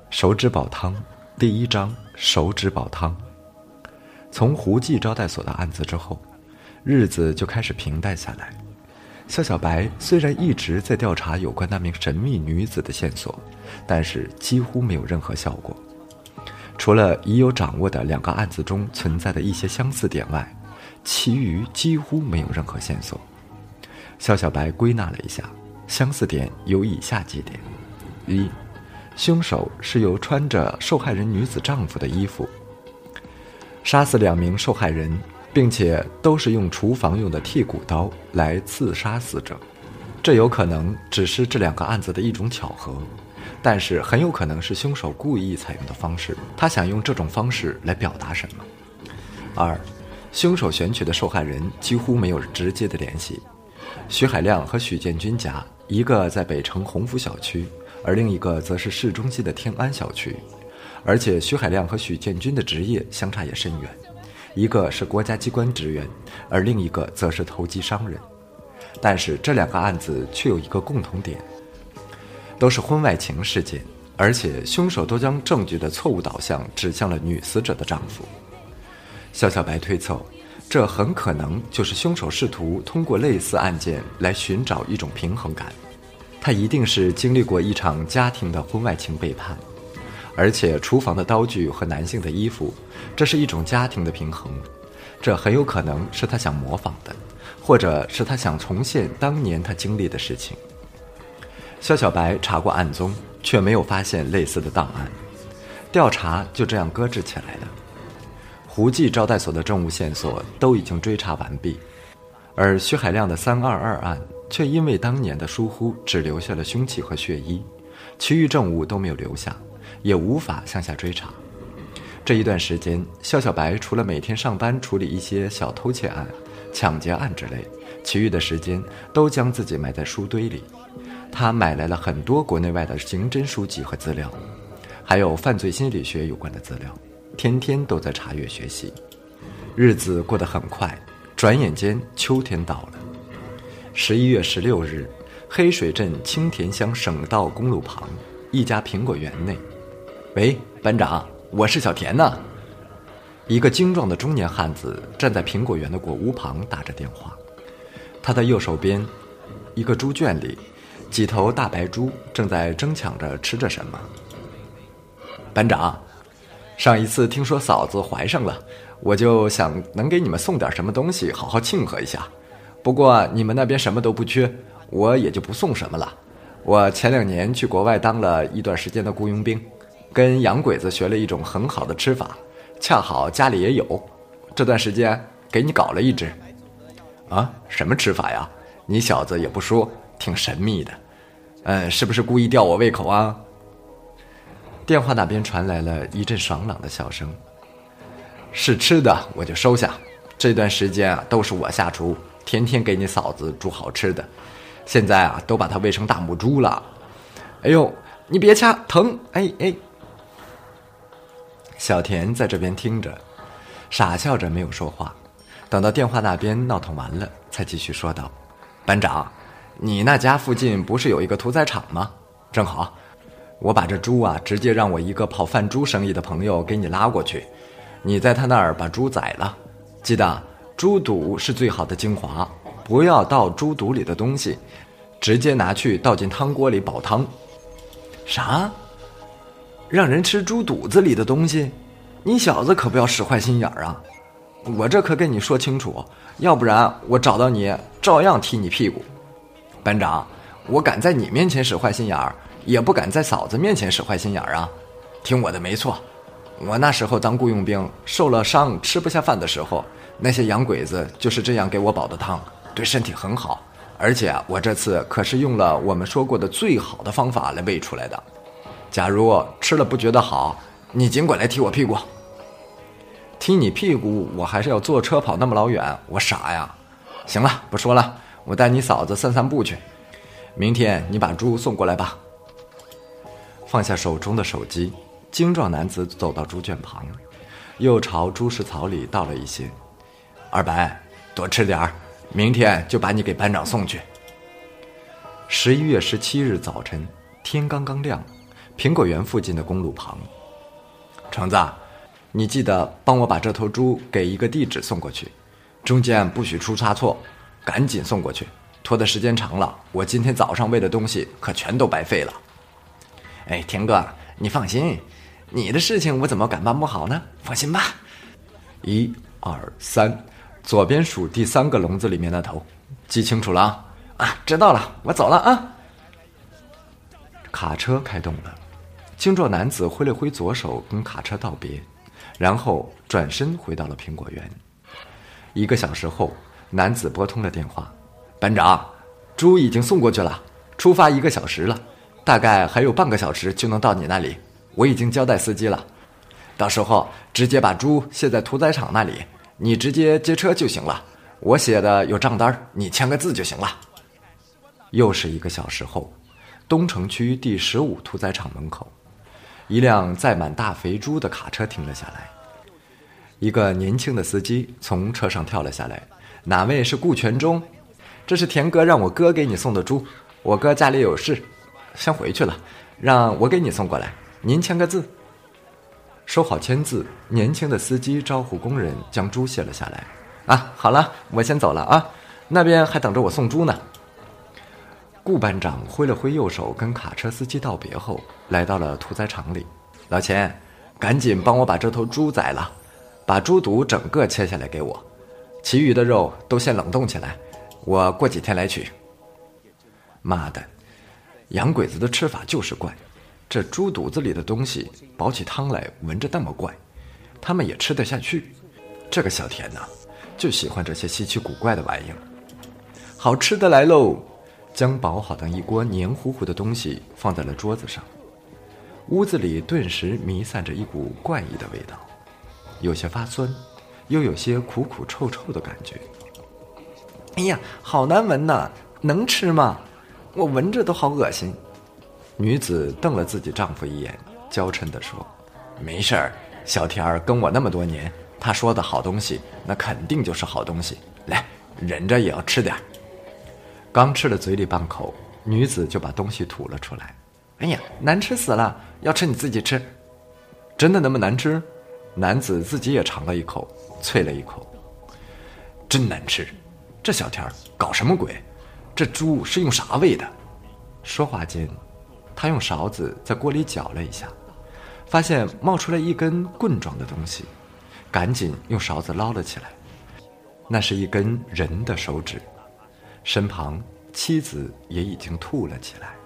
手指煲汤第一章手指煲汤。从胡记招待所的案子之后，日子就开始平淡下来。肖小白虽然一直在调查有关那名神秘女子的线索，但是几乎没有任何效果。除了已有掌握的2个案子中存在的一些相似点外，其余几乎没有任何线索。肖小白归纳了一下，相似点有以下几点：一，凶手是由穿着受害人女子丈夫的衣服，杀死2名受害人，并且都是用厨房用的剔骨刀来刺杀死者。这有可能只是这2个案子的一种巧合，但是很有可能是凶手故意采用的方式，他想用这种方式来表达什么。2，凶手选取的受害人几乎没有直接的联系。徐海亮和许建军家，一个在北城鸿福小区，而另一个则是市中心的天安小区，而且徐海亮和许建军的职业相差也甚远，一个是国家机关职员，而另一个则是投机商人。但是这2个案子却有一个共同点，都是婚外情事件，而且凶手都将证据的错误导向指向了女死者的丈夫。肖小白推测，这很可能就是凶手试图通过类似案件来寻找一种平衡感。他一定是经历过一场家庭的婚外情背叛，而且厨房的刀具和男性的衣服，这是一种家庭的平衡，这很有可能是他想模仿的，或者是他想重现当年他经历的事情。肖小白查过案宗，却没有发现类似的档案，调查就这样搁置起来了。胡记招待所的证物线索都已经追查完毕，而徐海亮的322案却因为当年的疏忽只留下了凶器和血衣，其余证物都没有留下，也无法向下追查。这一段时间，肖小白除了每天上班处理一些小偷窃案、抢劫案之类，其余的时间都将自己埋在书堆里。他买来了很多国内外的刑侦书籍和资料，还有犯罪心理学有关的资料，天天都在查阅学习。日子过得很快，转眼间秋天到了。11月16日，黑水镇青田乡省道公路旁一家苹果园内，喂，班长，我是小田呐。一个精壮的中年汉子站在苹果园的果屋旁打着电话，他的右手边一个猪圈里，几头大白猪正在争抢着吃着什么。班长，上一次听说嫂子怀上了，我就想能给你们送点什么东西好好庆贺一下，不过你们那边什么都不缺，我也就不送什么了。我前2年去国外当了一段时间的雇佣兵，跟洋鬼子学了一种很好的吃法，恰好家里也有，这段时间给你搞了一只。啊，什么吃法呀？你小子也不说，挺神秘的。是不是故意吊我胃口啊？电话那边传来了一阵爽朗的笑声。是吃的我就收下，这段时间都是我下厨，天天给你嫂子煮好吃的，现在都把她喂成大母猪了。哎呦，你别掐，疼！哎。小田在这边听着，傻笑着没有说话。等到电话那边闹腾完了，才继续说道：班长，你那家附近不是有一个屠宰场吗？正好，我把这猪直接让我一个跑贩猪生意的朋友给你拉过去，你在他那儿把猪宰了，记得猪肚是最好的精华，不要倒猪肚里的东西，直接拿去倒进汤锅里煲汤。啥？让人吃猪肚子里的东西？你小子可不要使坏心眼啊！我这可跟你说清楚，要不然我找到你照样踢你屁股。班长，我敢在你面前使坏心眼儿，也不敢在嫂子面前使坏心眼儿啊！听我的没错，我那时候当雇佣兵，受了伤吃不下饭的时候，那些洋鬼子就是这样给我煲的汤，对身体很好，而且我这次可是用了我们说过的最好的方法来喂出来的。假如吃了不觉得好，你尽管来踢我屁股。踢你屁股我还是要坐车跑那么老远，我傻呀。行了，不说了，我带你嫂子散散步去，明天你把猪送过来吧。放下手中的手机，精壮男子走到猪圈旁，又朝猪食槽里倒了一些。二白，多吃点儿，明天就把你给班长送去。11月17日早晨，天刚刚亮， 苹果园附近的公路旁。橙子，你记得帮我把这头猪给一个地址送过去，中间不许出差错，赶紧送过去，拖的时间长了，我今天早上喂的东西可全都白费了。哎，田哥，你放心，你的事情我怎么敢办不好呢？放心吧。1、2、3，左边数第3个笼子里面的头，记清楚了啊！啊，知道了，我走了啊。卡车开动了，精壮男子挥了挥左手跟卡车道别，然后转身回到了苹果园。1个小时后，男子拨通了电话：班长，猪已经送过去了，出发1个小时了，大概还有半个小时就能到你那里，我已经交代司机了，到时候直接把猪卸在屠宰场那里，你直接接车就行了，我写的有账单，你签个字就行了。又是1个小时后，东城区第15屠宰场门口，一辆载满大肥猪的卡车停了下来。一个年轻的司机从车上跳了下来：哪位是顾全忠？这是田哥让我哥给你送的猪，我哥家里有事先回去了，让我给你送过来，您签个字。收好签字，年轻的司机招呼工人将猪卸了下来。啊，好了，我先走了啊，那边还等着我送猪呢。顾班长挥了挥右手跟卡车司机道别后，来到了屠宰场里。老钱，赶紧帮我把这头猪宰了，把猪肚整个切下来给我，其余的肉都先冷冻起来，我过几天来取。妈的，洋鬼子的吃法就是怪，这猪肚子里的东西煲起汤来闻着那么怪，他们也吃得下去。这个小田啊，就喜欢这些稀奇古怪的玩意儿。好吃的来喽！将煲好的一锅黏糊糊的东西放在了桌子上，屋子里顿时弥散着一股怪异的味道，有些发酸，又有些苦苦臭臭的感觉。哎呀，好难闻呐，能吃吗？我闻着都好恶心。女子瞪了自己丈夫一眼，娇嗔地说：没事儿，小田儿跟我那么多年，他说的好东西那肯定就是好东西，来，忍着也要吃点。刚吃了嘴里半口，女子就把东西吐了出来。哎呀，难吃死了，要吃你自己吃。真的那么难吃？男子自己也尝了一口，啐了一口。真难吃，这小田搞什么鬼？这猪是用啥喂的？说话间，他用勺子在锅里搅了一下，发现冒出来一根棍状的东西，赶紧用勺子捞了起来。那是一根人的手指，身旁妻子也已经吐了起来。